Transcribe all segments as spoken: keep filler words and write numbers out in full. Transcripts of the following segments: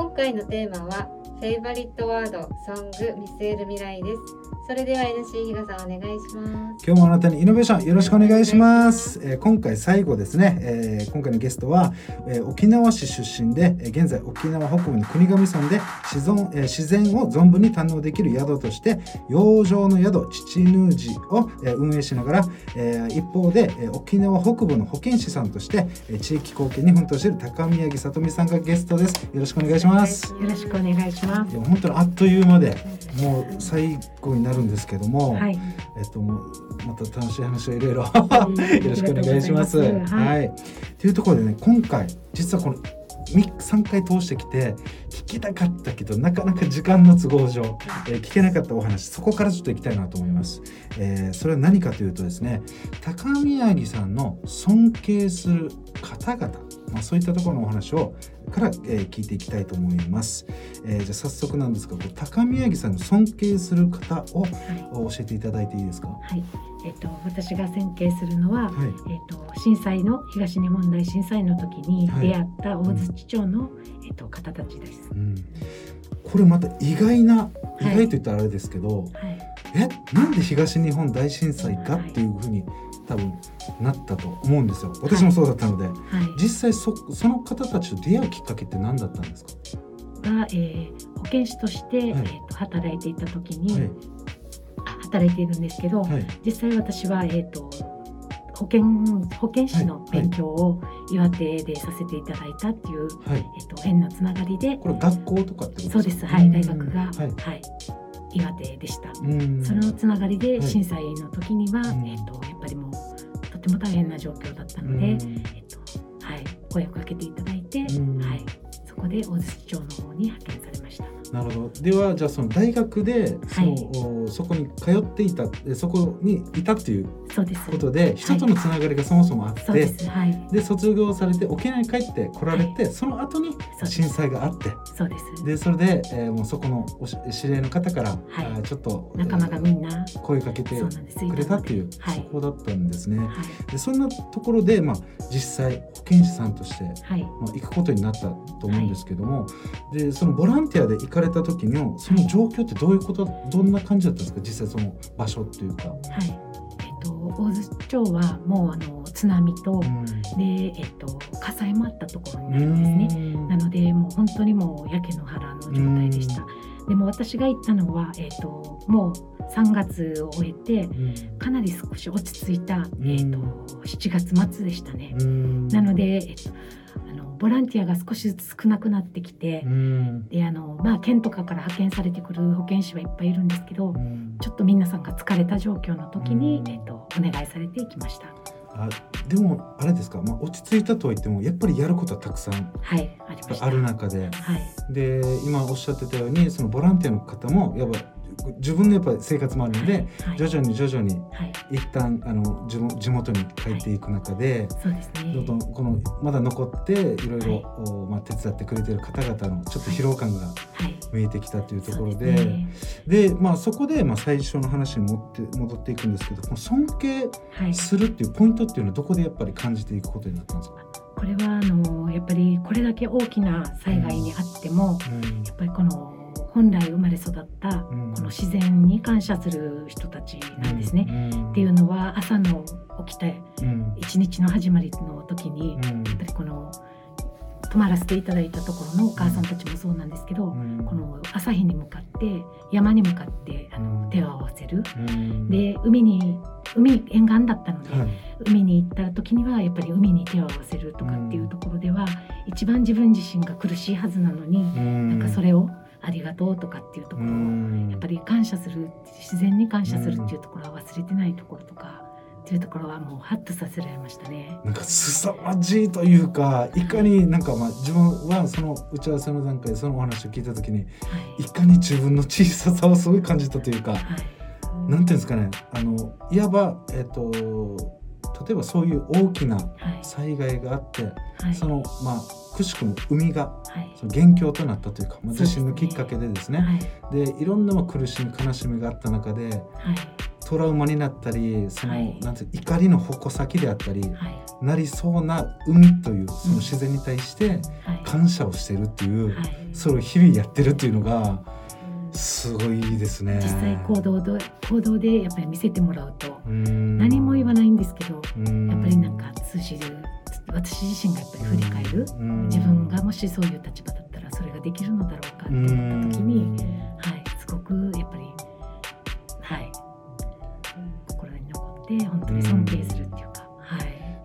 今回のテーマはフェイバリットワードソング見据える未来です。それでは エヌシー 比嘉さんお願いします。 今日もあなたにイノベーションよろしくお願いします。えー、今回最後ですね、えー、今回のゲストは、えー、沖縄市出身で、えー、現在沖縄北部の国頭村で自然、えー、自然を存分に堪能できる宿として洋上の宿父ヌージを、えー、運営しながら、えー、一方で、えー、沖縄北部の保健師さんとして、えー、地域貢献に奮闘している高宮城さとみさんがゲストです。よろしくお願いします。 よろしくお願いします。 いや本当にあっという間でもう最後になるんですけども、はい、えっとまた楽しい話をいろいろよろしくお願いします。はい、はい、というところでね、今回実はこのさんかい通してきて聞きたかったけどなかなか時間の都合上、えー、聞けなかったお話、そこからちょっといきたいなと思います。えー、それは何かというとですね、高宮城さんの尊敬する方々、まあ、そういったところのお話をから、えー、聞いていきたいと思います。えー、じゃあ早速なんですが、高宮城さんの尊敬する方を、はい、教えていただいていいですか？ はい、えーと、私が尊敬するのは、はい、えーと、震災の東日本大震災の時に出会った大槌町の、はい、えーと、方たちです。うん、 これまた意外な、意外と言ったらあれですけど、はい、えなんで東日本大震災かっていうふうに、はい、多分なったと思うんですよ。私もそうだったので、はいはい、実際 そ, その方たちと出会うきっかけって何だったんですか？ は、えー、保健師として、はい、えー、と働いていた時に、はい、働いているんですけど、はい、実際私は、えー、と保健保健師の勉強を岩手でさせていただいたっていう、はい、えー、と変なつながりで、 これ学校とかってことですか？ そうです、はい、大学が、はいはい、岩手でした。そのつながりで震災の時には、はい、えー、とやっぱりもうとても大変な状況だったので、えーとはい、声をかけていただいて、はい、そこで大槌町の方に派遣されました。 なるほど。ではじゃあその大学でその、はい、そこに通っていた、そこにいたっていうことで、人とのつながりがそもそもあって、はい、そうです、はい、で卒業されて沖縄に帰って来られて、はい、その後に震災があって、 そうです。 でそれで、えー、もうそこのお知り合いの方から、はい、ちょっと仲間がみんな声かけてくれたっていう、 はい、 そこだったんですね。はい、でそんなところで、まあ、実際保健師さんとして、はい、まあ、行くことになったと思うんですけども、はい、でそのボランティアで行かれた時のその状況ってどういうこと、どんな感じだったんですか？実際その場所っていうか。はい、 えっと、大槌町はもうあの津波と、うん、で、えっと、火災もあったところになるんですね。なのでもう本当にもう焼け野原の状態でした。でも私が行ったのは、えっと、もうさんがつを終えて、うん、かなり少し落ち着いた、えっと、しちがつ末でしたね。なので、えっとあのボランティアが少しずつ少なくなってきて、うん、であのまあ、県とかから派遣されてくる保健師はいっぱいいるんですけど、うん、ちょっと皆さんが疲れた状況の時に、うん、えっと、お願いされていきました。 あでもあれですか、まあ、落ち着いたとは言ってもやっぱりやることはたくさん、 はい、ありました。 ある中で、はい、で今おっしゃってたようにそのボランティアの方もやっぱ自分のやっぱり生活もあるので、はいはい、徐々に徐々に一旦、はい、あの地元に帰っていく中で、はい、そうですね、このまだ残っていろいろ、はい、まあ、手伝ってくれている方々のちょっと疲労感が見えてきたというところで、はいはい、で、まあ、そこで、まあ、最初の話に戻って戻っていくんですけど、この尊敬するっていうポイントっていうのはどこでやっぱり感じていくことになったんですか？ これはあのやっぱりこれだけ大きな災害にあっても、うん、やっぱりこの本来生まれ育ったこの自然に感謝する人たちなんですね、うん、っていうのは朝の起きた一日の始まりの時に、うん、やっぱりこの泊まらせていただいたところのお母さんたちもそうなんですけど、うん、この朝日に向かって山に向かってあの手を合わせる、うん、で海に海沿岸だったので、はい、海に行った時にはやっぱり海に手を合わせるとかっていうところでは、うん、一番自分自身が苦しいはずなのに、うん、なんかそれをありがとうとかっていうところをやっぱり感謝する、自然に感謝するっていうところは忘れてないところとかっていうところはもうハッとさせられましたね。 なんか凄まじいというか、いかになんかまあ自分はその打ち合わせの段階でそのお話を聞いた時に、はい、いかに自分の小ささをすごい感じたというか、はい、なんていうんですかね、あのいわばえっと例えばそういう大きな災害があって、はい、そのまあくしくも海がその元凶となったというか、まあ、地震のきっかけでですね、はい、でいろんなまあ苦しみ悲しみがあった中で、はい、 トラウマになったりその、 はい、 なんていう怒りの矛先であったり、 はい、 なりそうな海というその自然に対して感謝をしてるっていう、 はい、 それを日々やってるっていうのがすごいですね。 実際行動で行動でやっぱり見せてもらうと何も言わないんですけど、やっぱりなんか通じる、私自身がやっぱり振り返る、自分がもしそういう立場だったらそれができるのだろうかってなった時に、はい、すごくやっぱり、はい、心に残って本当に尊敬するっていうか、はい、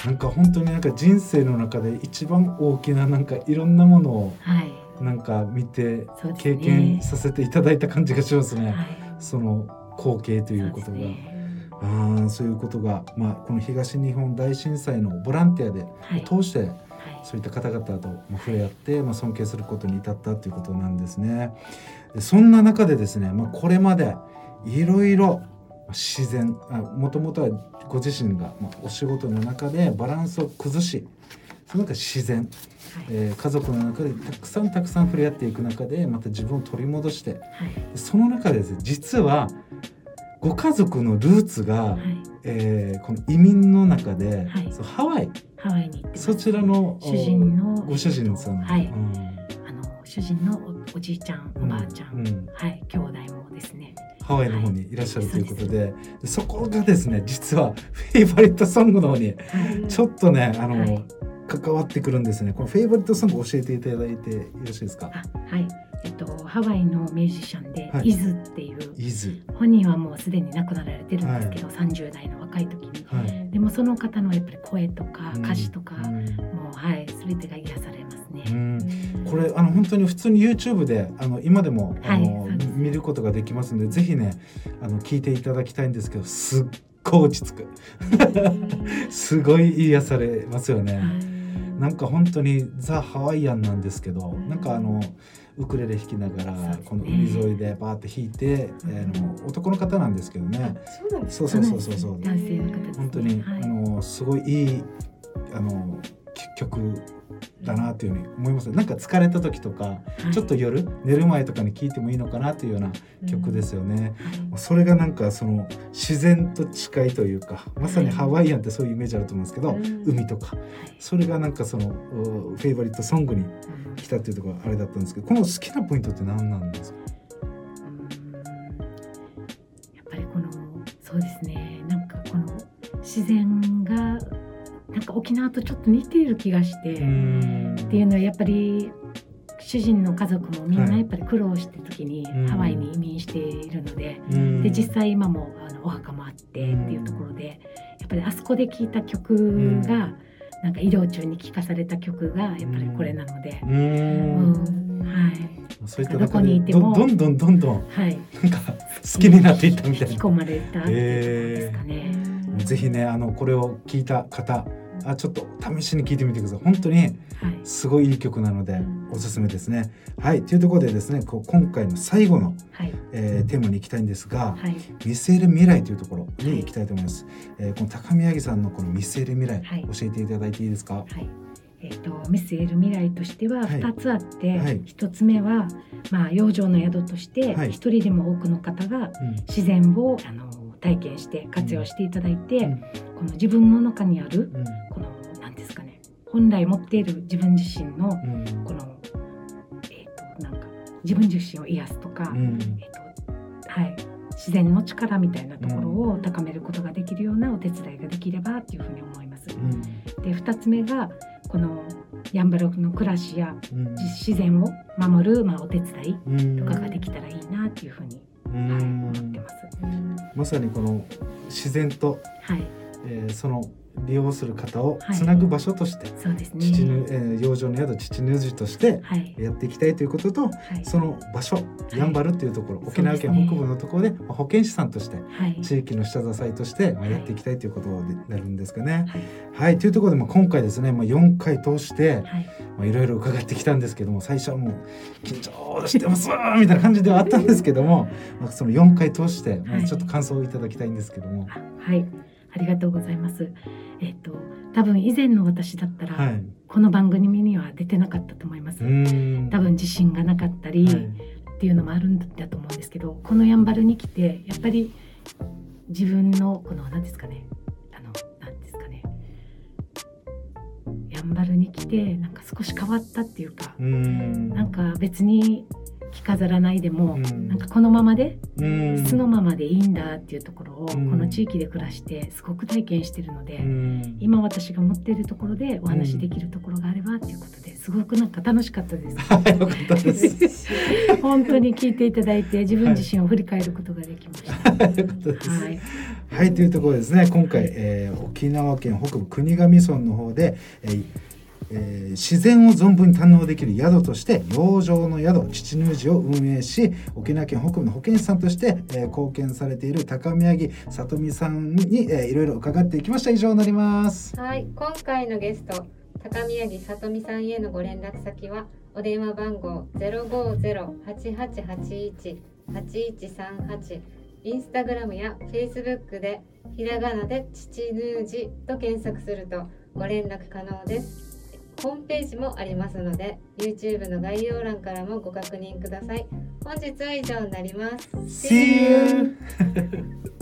なんか本当になんか人生の中で一番大きななんかいろんなものを、はい、なんか見て経験させていただいた感じがしますね。はい、その光景ということが、そうあそういうことが、まあ、この東日本大震災のボランティアで、はい、通してそういった方々と触れ合って、まあ、尊敬することに至ったということなんですね。でそんな中でですね、まあ、これまでいろいろ自然もともとはご自身が、まあ、お仕事の中でバランスを崩し、その中自然、はい、えー、家族の中でたくさんたくさん触れ合っていく中でまた自分を取り戻して、はい、その中でですね、実はご家族のルーツが、はい、えー、この移民の中で、はい、そうハワイ、 ハワイに行ってます。 そちらの主人のご主人さん、 はい、うん、あの主人の お, おじいちゃん、おばあちゃん、うんうん、はい、兄弟もですねハワイの方にいらっしゃる、はい、ということで、 そ, そこがですね実はフェイバリットソングの方にちょっとね、あの、はい、関わってくるんですね。このフェイバリットソング教えていただいてよろしいですか？ あ、はい、えっと、ハワイのミュージシャンで、はい、イズっていう、 イズ、 本人はもうすでに亡くなられてるんですけど、はい、さんじゅう代の若い時に、はい、でもその方のやっぱり声とか歌詞とか、うん、もう、はい、全てが癒されますね。うん、 これあの本当に普通に YouTube であの今でもあの、はい、見ることができますので、ぜひねあの聞いていただきたいんですけど、すっごい落ち着くすごい癒されますよね。はい、なんか本当にザ・ハワイアンなんですけど、なんかあのウクレレ弾きながら、ね、この海沿いでバーって弾いて、えー、の男の方なんですけどね。 そうなんですか？そうそうそうそう、 男性の方ですね。 本当に、はい、あのすごいいいあの曲だなというふうに思います。なんか疲れた時とか、はい、ちょっと夜寝る前とかに聴いてもいいのかなというような曲ですよね。うん、それがなんかその自然と近いというか、まさにハワイアンってそういうイメージあると思うんですけど、はい、海とか、それがなんかそのフェイバリットソングに来たっていうところがあれだったんですけど、この好きなポイントって何なんですか？ うん、やっぱりこのそうですね、なんかこの自然がなんか沖縄とちょっと似ている気がしてっていうのは、やっぱり主人の家族もみんなやっぱり苦労してる時にハワイに移民しているので、で実際今もあのお墓もあってっていうところで、やっぱりあそこで聴いた曲がなんか移動中に聴かされた曲がやっぱりこれなので、うん、はい、 そういった中でどんどんどんどん、はい、なんか好きになっていったみたいな、 引き込まれたっていうことですかね。 えー、ぜひねあのこれを聞いた方、あちょっと試しに聞いてみてください。本当にすごいいい曲なのでおすすめですね。はい、というところでですね、こう今回の最後の、はい、えー、テーマに行きたいんですが、はい、見据える未来というところに行きたいと思います。はい、えー、この高宮城さんのこの見据える未来、はい、教えていただいていいですか？はい、 えー、と見据える未来としてはふたつあって、はい、ひとつめは、まあ、洋上の宿として一人でも多くの方が自然を、うん、あの体験して活用していただいて、うん、この自分の中にある、うん、この何ですかね、本来持っている自分自身の、うん、この、えー、となんか自分自身を癒すとか、うん、えーとはい、自然の力みたいなところを高めることができるようなお手伝いができればというふうに思います。うん、でふたつめがこのやんばるの暮らしや、うん、自然を守る、まあ、お手伝いとかができたらいいなというふうに、うん、はい、思ってます。 まさにこの自然と、はい、えー、その利用する方をつなぐ場所として、はい、そうですね、父の、えー、洋上の宿父の宿としてやっていきたいということと、はい、その場所、はい、やんばるっていうところ、沖縄県北部のところで、まあ、保健師さんとして、はい、地域の下支えとして、まあ、やっていきたいということになるんですかね。はい、はい、というところで、まあ、今回ですね、まあ、よんかい通して、はい、まあ、いろいろ伺ってきたんですけども、最初はもう緊張してますみたいな感じではあったんですけどもまあそのよんかい通して、まあ、ちょっと感想をいただきたいんですけども。 はい、ありがとうございます。えっと、多分以前の私だったら、はい、この番組には出てなかったと思います。多分自信がなかったり、はい、っていうのもあるんだと思うんですけど、このやんばるに来てやっぱり自分のこの何ですかね、あの何ですかね、やんばるに来てなんか少し変わったっていうか、うんなんか別に着飾らないでも、うん、なんかこのままで、うん、素のままでいいんだっていうところを、うん、この地域で暮らしてすごく体験してるので、うん、今私が持っているところでお話しできるところがあればっていうことですごくなんか楽しかったです。 よかったです本当に聞いていただいて自分自身を振り返ることができました。 はい、よかったです。はい、はい、というところですね。今回、えー、沖縄県北部国頭村の方で、えーえー、自然を存分に堪能できる宿として洋上の宿父ヌージを運営し、沖縄県北部の保健師さんとして、えー、貢献されている高宮城さとみさんに、えー、いろいろ伺っていきました。以上になります。 はい、今回のゲスト高宮城さとみさんへのご連絡先はお電話番号 ゼロごゼロ はちはちはちいち はちいちさんはち、インスタグラムやフェイスブックでひらがなで父ヌージと検索するとご連絡可能です。ホームページもありますので YouTube の概要欄からもご確認ください。本日は以上になります。 See you